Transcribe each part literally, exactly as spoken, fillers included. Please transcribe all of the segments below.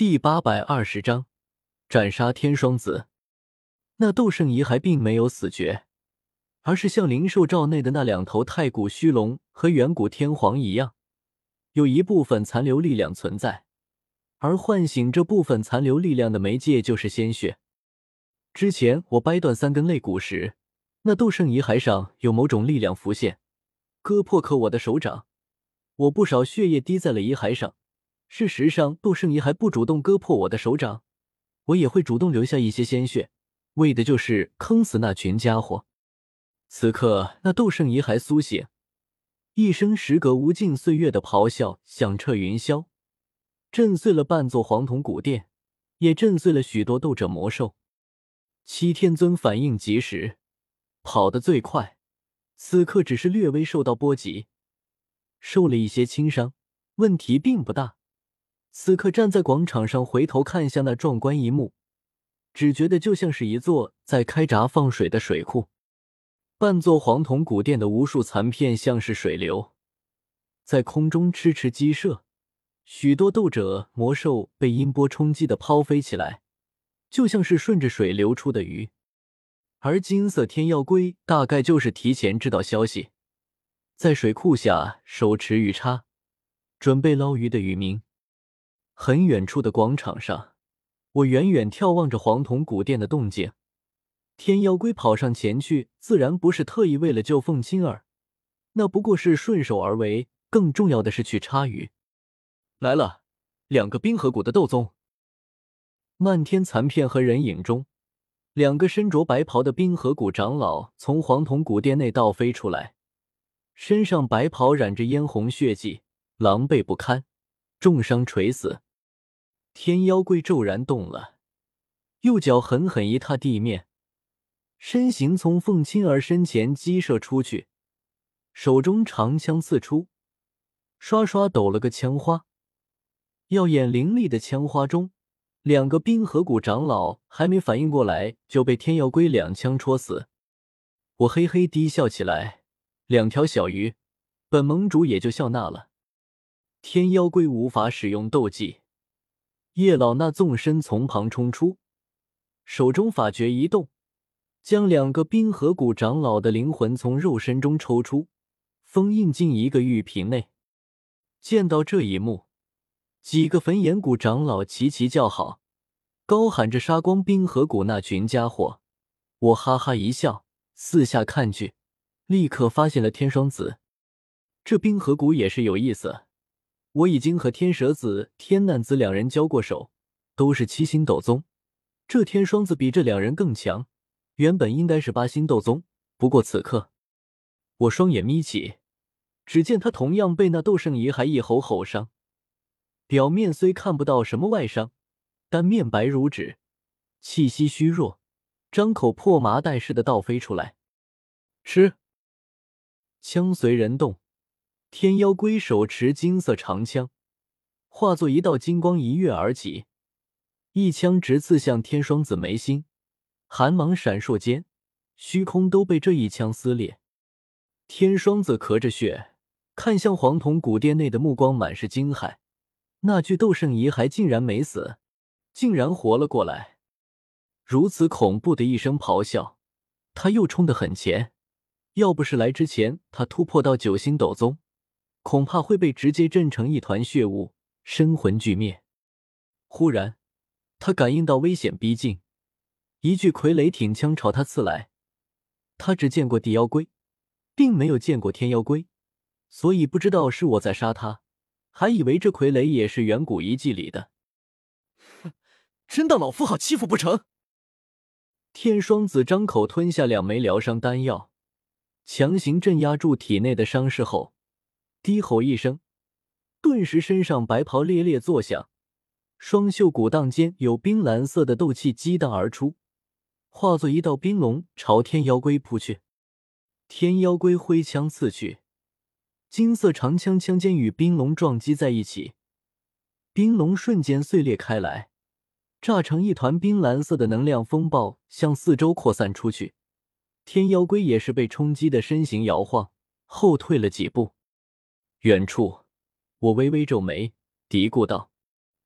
第八百二十章斩杀天双子。那斗圣遗骸并没有死绝，而是像灵兽罩内的那两头太古虚龙和远古天皇一样，有一部分残留力量存在，而唤醒这部分残留力量的媒介就是鲜血。之前我掰断三根肋骨时，那斗圣遗骸上有某种力量浮现，割破刻我的手掌，我不少血液滴在了遗骸上。事实上，斗圣遗骸不主动割破我的手掌，我也会主动留下一些鲜血，为的就是坑死那群家伙。此刻，那斗圣遗骸苏醒，一声时隔无尽岁月的咆哮响彻云霄，震碎了半座黄铜古殿，也震碎了许多斗者魔兽。七天尊反应及时，跑得最快，此刻只是略微受到波及，受了一些轻伤，问题并不大。此刻站在广场上，回头看向那壮观一幕，只觉得就像是一座在开闸放水的水库。半座黄铜古殿的无数残片像是水流，在空中痴痴激射，许多斗者魔兽被音波冲击的抛飞起来，就像是顺着水流出的鱼。而金色天妖龟大概就是提前知道消息，在水库下手持鱼叉，准备捞鱼的渔民。很远处的广场上，我远远眺望着黄铜古殿的动静。天妖龟跑上前去，自然不是特意为了救凤青儿，那不过是顺手而为，更重要的是去插鱼。来了，两个冰河谷的斗宗。漫天残片和人影中，两个身着白袍的冰河谷长老从黄铜古殿内倒飞出来，身上白袍染着嫣红血迹，狼狈不堪，重伤垂死。天妖龟骤然动了，右脚狠狠一踏地面，身形从凤青儿身前激射出去，手中长枪刺出，刷刷抖了个枪花。耀眼凌厉的枪花中，两个冰河谷长老还没反应过来，就被天妖龟两枪戳死。我嘿嘿低笑起来，两条小鱼，本盟主也就笑纳了。天妖龟无法使用斗技，叶老那纵身从旁冲出，手中法诀一动，将两个冰河谷长老的灵魂从肉身中抽出，封印进一个玉瓶内。见到这一幕，几个焚炎谷长老齐齐叫好，高喊着杀光冰河谷那群家伙。我哈哈一笑，四下看去，立刻发现了天双子。这冰河谷也是有意思，我已经和天蛇子、天难子两人交过手，都是七星斗宗。这天双子比这两人更强，原本应该是八星斗宗，不过此刻，我双眼眯起，只见他同样被那斗圣遗骸一吼吼伤，表面虽看不到什么外伤，但面白如纸，气息虚弱，张口破麻袋似的倒飞出来。吃！枪随人动，天妖龟手持金色长枪，化作一道金光一跃而起，一枪直刺向天双子眉心，寒芒闪烁间，虚空都被这一枪撕裂。天双子咳着血，看向黄铜古殿内的目光满是惊骇，那具斗圣遗骸竟然没死，竟然活了过来。如此恐怖的一声咆哮，他又冲得很前，要不是来之前他突破到九星斗宗，恐怕会被直接震成一团血雾，身魂俱灭。忽然，他感应到危险逼近，一具傀儡挺枪朝他刺来。他只见过地妖龟，并没有见过天妖龟，所以不知道是我在杀他，还以为这傀儡也是远古遗迹里的。 哼，真当老夫好欺负不成？ 天双子张口吞下两枚疗伤丹药，强行镇压住体内的伤势后，低吼一声，顿时身上白袍猎猎作响，双袖鼓荡间有冰蓝色的斗气激荡而出，化作一道冰龙朝天妖龟扑去。天妖龟挥枪刺去，金色长枪枪尖与冰龙撞击在一起，冰龙瞬间碎裂开来，炸成一团冰蓝色的能量风暴向四周扩散出去。天妖龟也是被冲击的身形摇晃，后退了几步。远处，我微微皱眉，嘀咕道：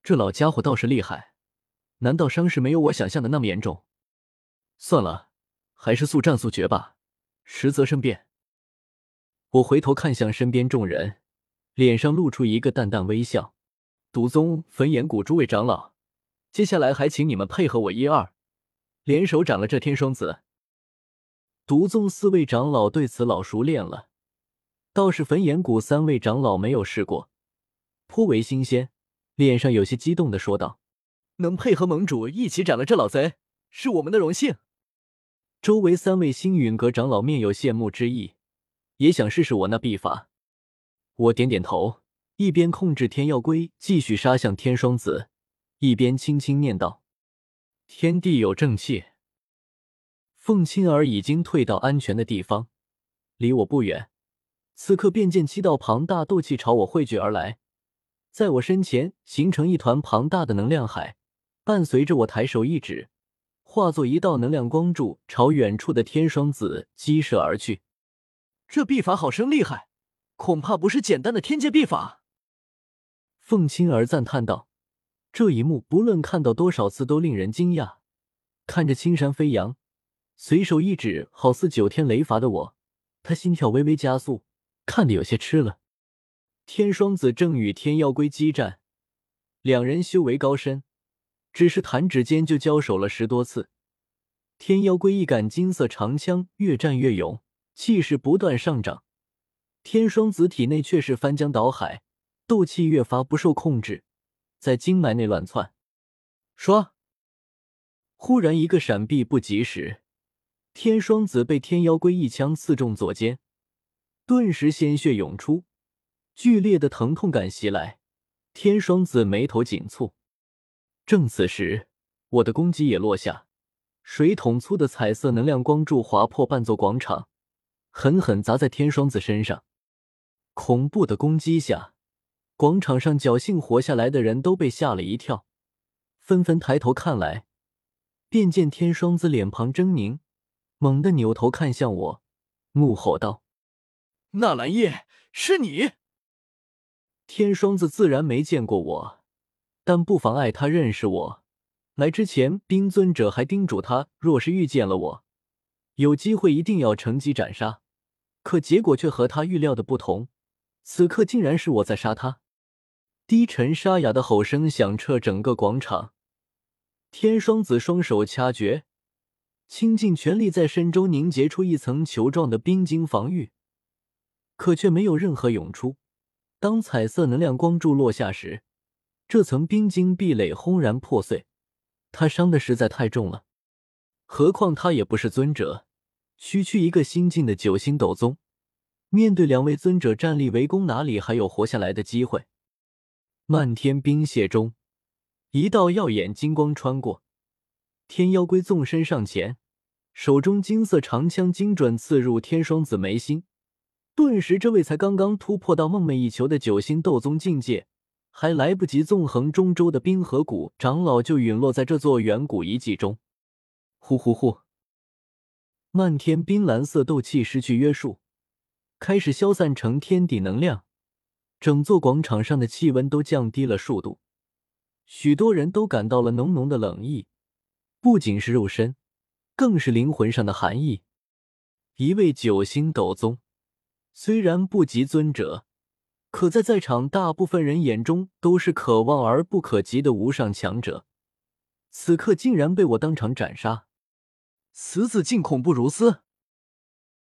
这老家伙倒是厉害，难道伤势没有我想象的那么严重？算了，还是速战速决吧，实则生变。我回头看向身边众人，脸上露出一个淡淡微笑。毒宗、焚炎谷诸位长老，接下来还请你们配合我一二，联手斩了这天双子。毒宗四位长老对此老熟练了，倒是焚炎谷三位长老没有试过，颇为新鲜，脸上有些激动地说道：“ 能配合盟主一起斩了这老贼，是我们的荣幸。” 周围三位星陨阁长老面有羡慕之意，也想试试我那秘法。我点点头，一边控制天妖龟继续杀向天双子，一边轻轻念道：“天地有正气。”凤青儿已经退到安全的地方，离我不远，此刻便见七道庞大斗气朝我汇聚而来，在我身前形成一团庞大的能量海，伴随着我抬手一指，化作一道能量光柱朝远处的天双子击射而去。 这秘法好生厉害，恐怕不是简单的天界秘法。 凤青儿赞叹道，这一幕不论看到多少次都令人惊讶。看着青山飞扬，随手一指，好似九天雷伐的我，他心跳微微加速，看得有些吃了。天双子正与天妖龟激战，两人修为高深，只是弹指间就交手了十多次。天妖龟一杆金色长枪越战越勇，气势不断上涨，天双子体内却是翻江倒海，斗气越发不受控制，在经脉内乱窜。唰！忽然一个闪避不及时，天双子被天妖龟一枪刺中左肩，顿时鲜血涌出，剧烈的疼痛感袭来，天双子眉头紧蹙。正此时，我的攻击也落下，水桶粗的彩色能量光柱划破半座广场，狠狠砸在天双子身上。恐怖的攻击下，广场上侥幸活下来的人都被吓了一跳，纷纷抬头看来，便见天双子脸庞狰狞，猛地扭头看向我，怒吼道：“ 纳兰叶，是你！” 天双子自然没见过我，但不妨碍他认识我。来之前，冰尊者还叮嘱他，若是遇见了我，有机会一定要乘机斩杀。可结果却和他预料的不同，此刻竟然是我在杀他。低沉沙哑的吼声响彻整个广场。天双子双手掐诀，倾尽全力在身周凝结出一层球状的冰晶防御，可却没有任何涌出。当彩色能量光柱落下时，这层冰晶壁垒轰然破碎。他伤的实在太重了，何况他也不是尊者，区区一个新晋的九星斗宗，面对两位尊者站立围攻，哪里还有活下来的机会？漫天冰屑中，一道耀眼金光穿过，天妖龟纵身上前，手中金色长枪精准刺入天双子眉心。顿时，这位才刚刚突破到梦寐以求的九星斗宗境界，还来不及纵横中州的冰河谷长老就陨落在这座远古遗迹中。呼呼呼！漫天冰蓝色斗气失去约束，开始消散成天地能量，整座广场上的气温都降低了数度，许多人都感到了浓浓的冷意，不仅是肉身，更是灵魂上的寒意。一位九星斗宗，虽然不及尊者，可在在场大部分人眼中都是可望而不可及的无上强者，此刻竟然被我当场斩杀， 此子竟恐怖如斯！